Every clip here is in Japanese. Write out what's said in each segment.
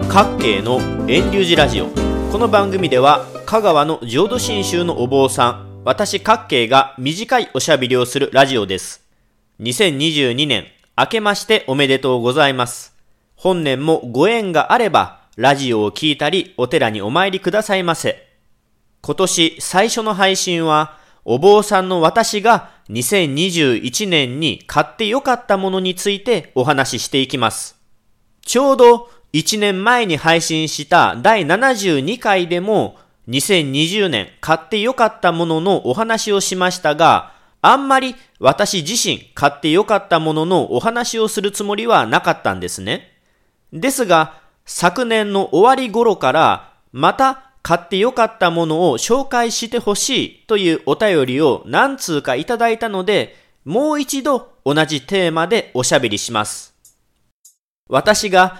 各系の遠流寺ラジオ。この番組では香川の浄土真宗のお坊さん、私各系が短いおしゃべりをするラジオです。2022年明けましておめでとうございます。本年もご縁があればラジオを聞いたりお寺にお参りくださいませ。今年最初の配信はお坊さんの私が2021年に買ってよかったものについてお話ししていきます。ちょうど1年前に配信した第72回でも2020年買ってよかったもののお話をしましたが、あんまり私自身買ってよかったもののお話をするつもりはなかったんですね。ですが昨年の終わり頃からまた買ってよかったものを紹介してほしいというお便りを何通かいただいたので、もう一度同じテーマでおしゃべりします。私が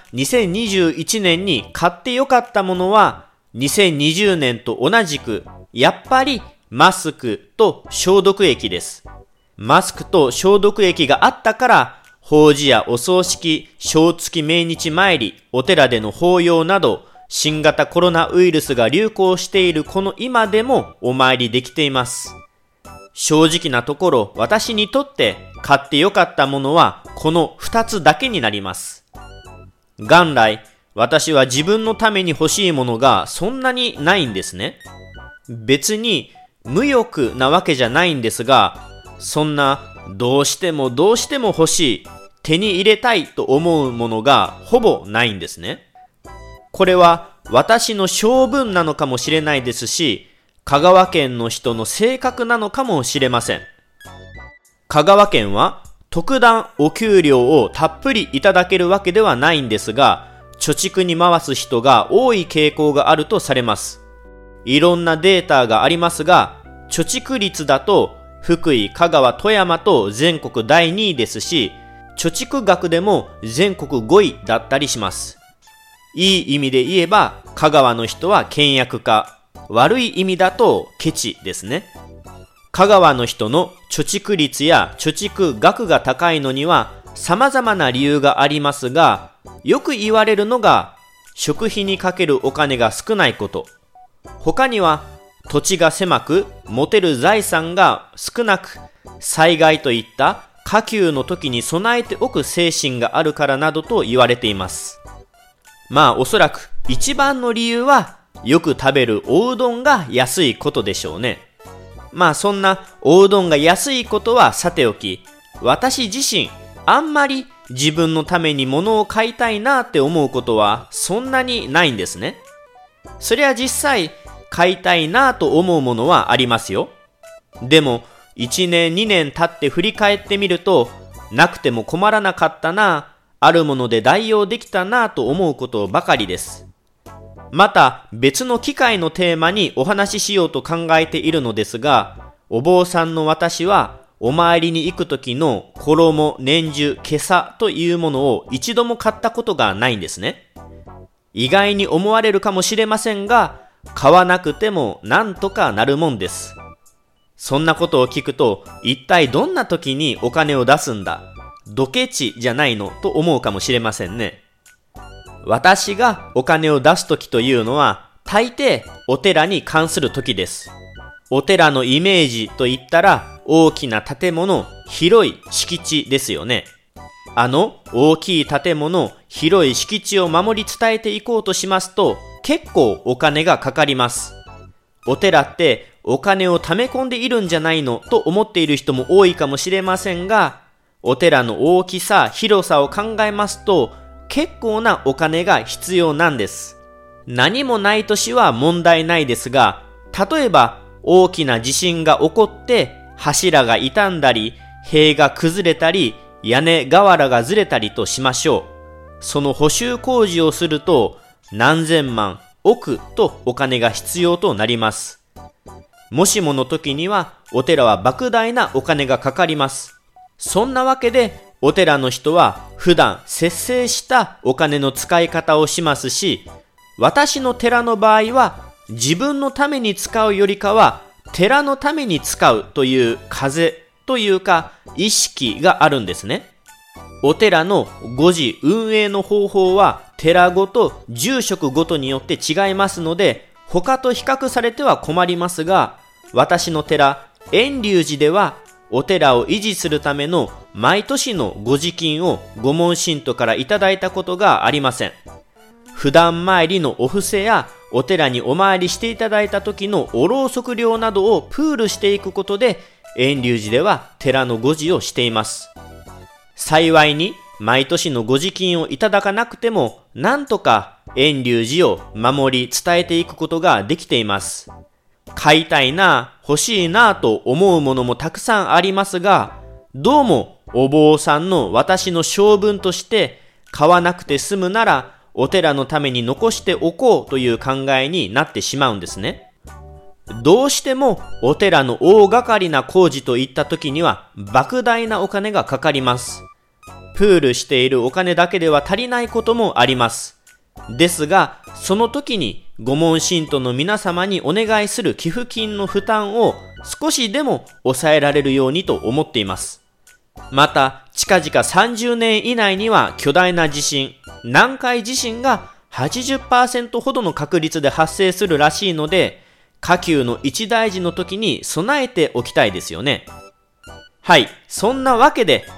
2021年に買ってよかったものは2020年と同じくやっぱりマスクと消毒液です。マスクと消毒液があったから法事やお葬式、正月命日参り、お寺での法要など新型コロナウイルスが流行しているこの今でもお参りできています。正直なところ私にとって買ってよかったものはこの2つだけになります。元来私は自分のために欲しいものがそんなにないんですね。別に無欲なわけじゃないんですが、そんなどうしても欲しい、手に入れたいと思うものがほぼないんですね。これは私の性分なのかもしれないですし、香川県の人の性格なのかもしれません。香川県は特段お給料をたっぷりいただけるわけではないんですが、貯蓄に回す人が多い傾向があるとされます。いろんなデータがありますが、貯蓄率だと福井、香川、富山と全国第2位ですし、貯蓄額でも全国5位だったりします。いい意味で言えば香川の人は倹約家、悪い意味だとケチですね。香川の人の貯蓄率や貯蓄額が高いのには様々な理由がありますが、よく言われるのが食費にかけるお金が少ないこと、他には土地が狭く持てる財産が少なく、災害といった禍急の時に備えておく精神があるからなどと言われています。まあおそらく一番の理由はよく食べるおうどんが安いことでしょうね。まあそんなおうどんが安いことはさておき、私自身あんまり自分のために物を買いたいなって思うことはそんなにないんですね。そりゃ実際買いたいなと思うものはありますよ。でも1年2年経って振り返ってみると、なくても困らなかったな、あるもので代用できたなと思うことばかりです。また別の機会のテーマにお話ししようと考えているのですが、お坊さんの私はお参りに行く時の衣、念珠、袈裟というものを一度も買ったことがないんですね。意外に思われるかもしれませんが、買わなくてもなんとかなるもんです。そんなことを聞くと、一体どんな時にお金を出すんだ、ドケチじゃないのと思うかもしれませんね。私がお金を出す時というのは大抵お寺に関する時です。お寺のイメージといったら大きな建物、広い敷地ですよね。大きい建物、広い敷地を守り伝えていこうとしますと結構お金がかかります。お寺ってお金を貯め込んでいるんじゃないのと思っている人も多いかもしれませんが、お寺の大きさ、広さを考えますと結構なお金が必要なんです。何もない年は問題ないですが、例えば大きな地震が起こって柱が傷んだり、塀が崩れたり、屋根瓦がずれたりとしましょう。その補修工事をすると何千万、億とお金が必要となります。もしもの時にはお寺は莫大なお金がかかります。そんなわけでお寺の人は普段節制したお金の使い方をしますし、私の寺の場合は自分のために使うよりかは寺のために使うという風というか意識があるんですね。 お寺の誤字運営の方法は寺ごと住職ごとによって違いますので、他と比較されては困りますが、私の寺、遠隆寺ではお寺を維持するための毎年のご時金を御門信徒からいただいたことがありません。普段参りのお布施やお寺にお参りしていただいた時のおろうそく料などをプールしていくことで、遠隆寺では寺の護持をしています。幸いに毎年のご時金をいただかなくても、なんとか遠隆寺を守り伝えていくことができています。買いたいな、欲しいなと思うものもたくさんありますが、どうもお坊さんの私の性分として、買わなくて済むならお寺のために残しておこうという考えになってしまうんですね。どうしてもお寺の大掛かりな工事といった時には莫大なお金がかかります。プールしているお金だけでは足りないこともあります。ですが、その時に御門信徒の皆様にお願いする寄付金の負担を少しでも抑えられるようにと思っています。また、近々30年以内には巨大な地震、南海地震が 80% ほどの確率で発生するらしいので、火急の一大事の時に備えておきたいですよね。はい、そんなわけで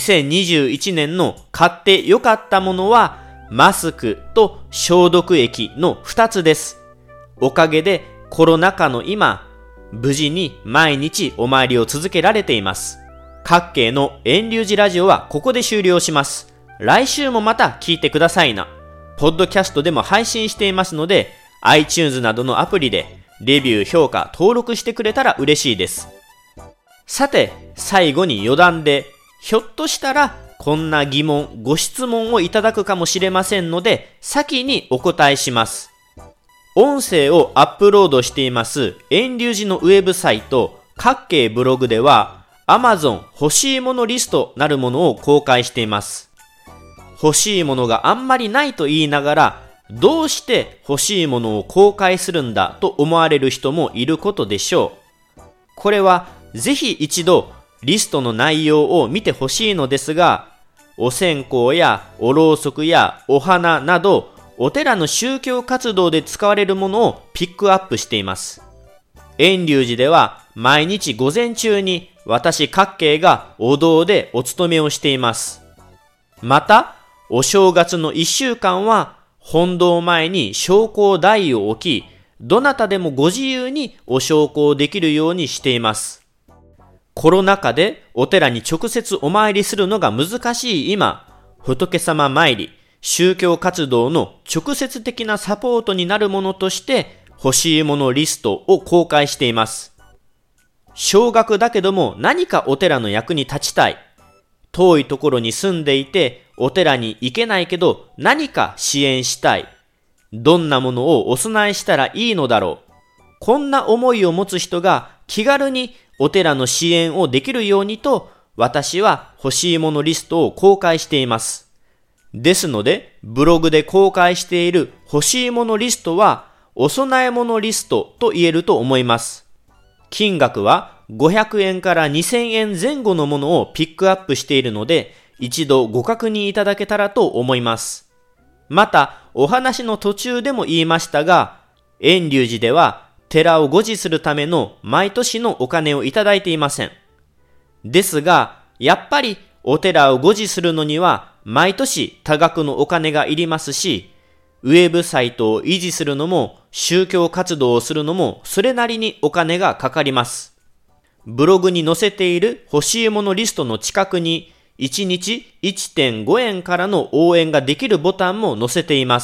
2021年の買ってよかったものはマスクと消毒液の2つです。おかげでコロナ禍の今、無事に毎日お参りを続けられています。各系の遠隆寺ラジオはここで終了します。来週もまた聞いてくださいな。ポッドキャストでも配信していますので、iTunes などのアプリでレビュー、評価、登録してくれたら嬉しいです。さて、最後に余談で、ひょっとしたらこんな疑問、ご質問をいただくかもしれませんので、先にお答えします。音声をアップロードしています遠隆寺のウェブサイト、各系ブログでは、Amazon 欲しいものリストなるものを公開しています。欲しいものがあんまりないと言いながら、どうして欲しいものを公開するんだと思われる人もいることでしょう。これはぜひ一度リストの内容を見てほしいのですが、お線香やおろうそくやお花などお寺の宗教活動で使われるものをピックアップしています。遠隆寺では毎日午前中に私各系がお堂でお勤めをしています。また、お正月の1週間は本堂前に焼香台を置き、どなたでもご自由にお焼香できるようにしています。コロナ禍でお寺に直接お参りするのが難しい今、仏様参り、宗教活動の直接的なサポートになるものとして欲しいものリストを公開しています。少額だけども何かお寺の役に立ちたい。遠いところに住んでいてお寺に行けないけど何か支援したい。どんなものをお供えしたらいいのだろう。こんな思いを持つ人が気軽にお寺の支援をできるようにと、私は欲しいものリストを公開しています。ですので、ブログで公開している欲しいものリストは、お供え物リストと言えると思います。金額は500円から2000円前後のものをピックアップしているので、一度ご確認いただけたらと思います。また、お話の途中でも言いましたが、遠隆寺では、寺を護持するための毎年のお金をいただいていません。ですが、やっぱりお寺を護持するのには毎年多額のお金がいりますし、ウェブサイトを維持するのも宗教活動をするのもそれなりにお金がかかります。ブログに載せている欲しいものリストの近くに1日 1.5 円からの応援ができるボタンも載せています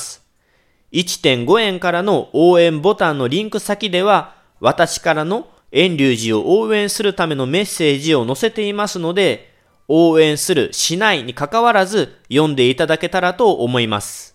。1.5 円からの応援ボタンのリンク先では、私からの遠隆寺を応援するためのメッセージを載せていますので、応援するしないに関わらず読んでいただけたらと思います。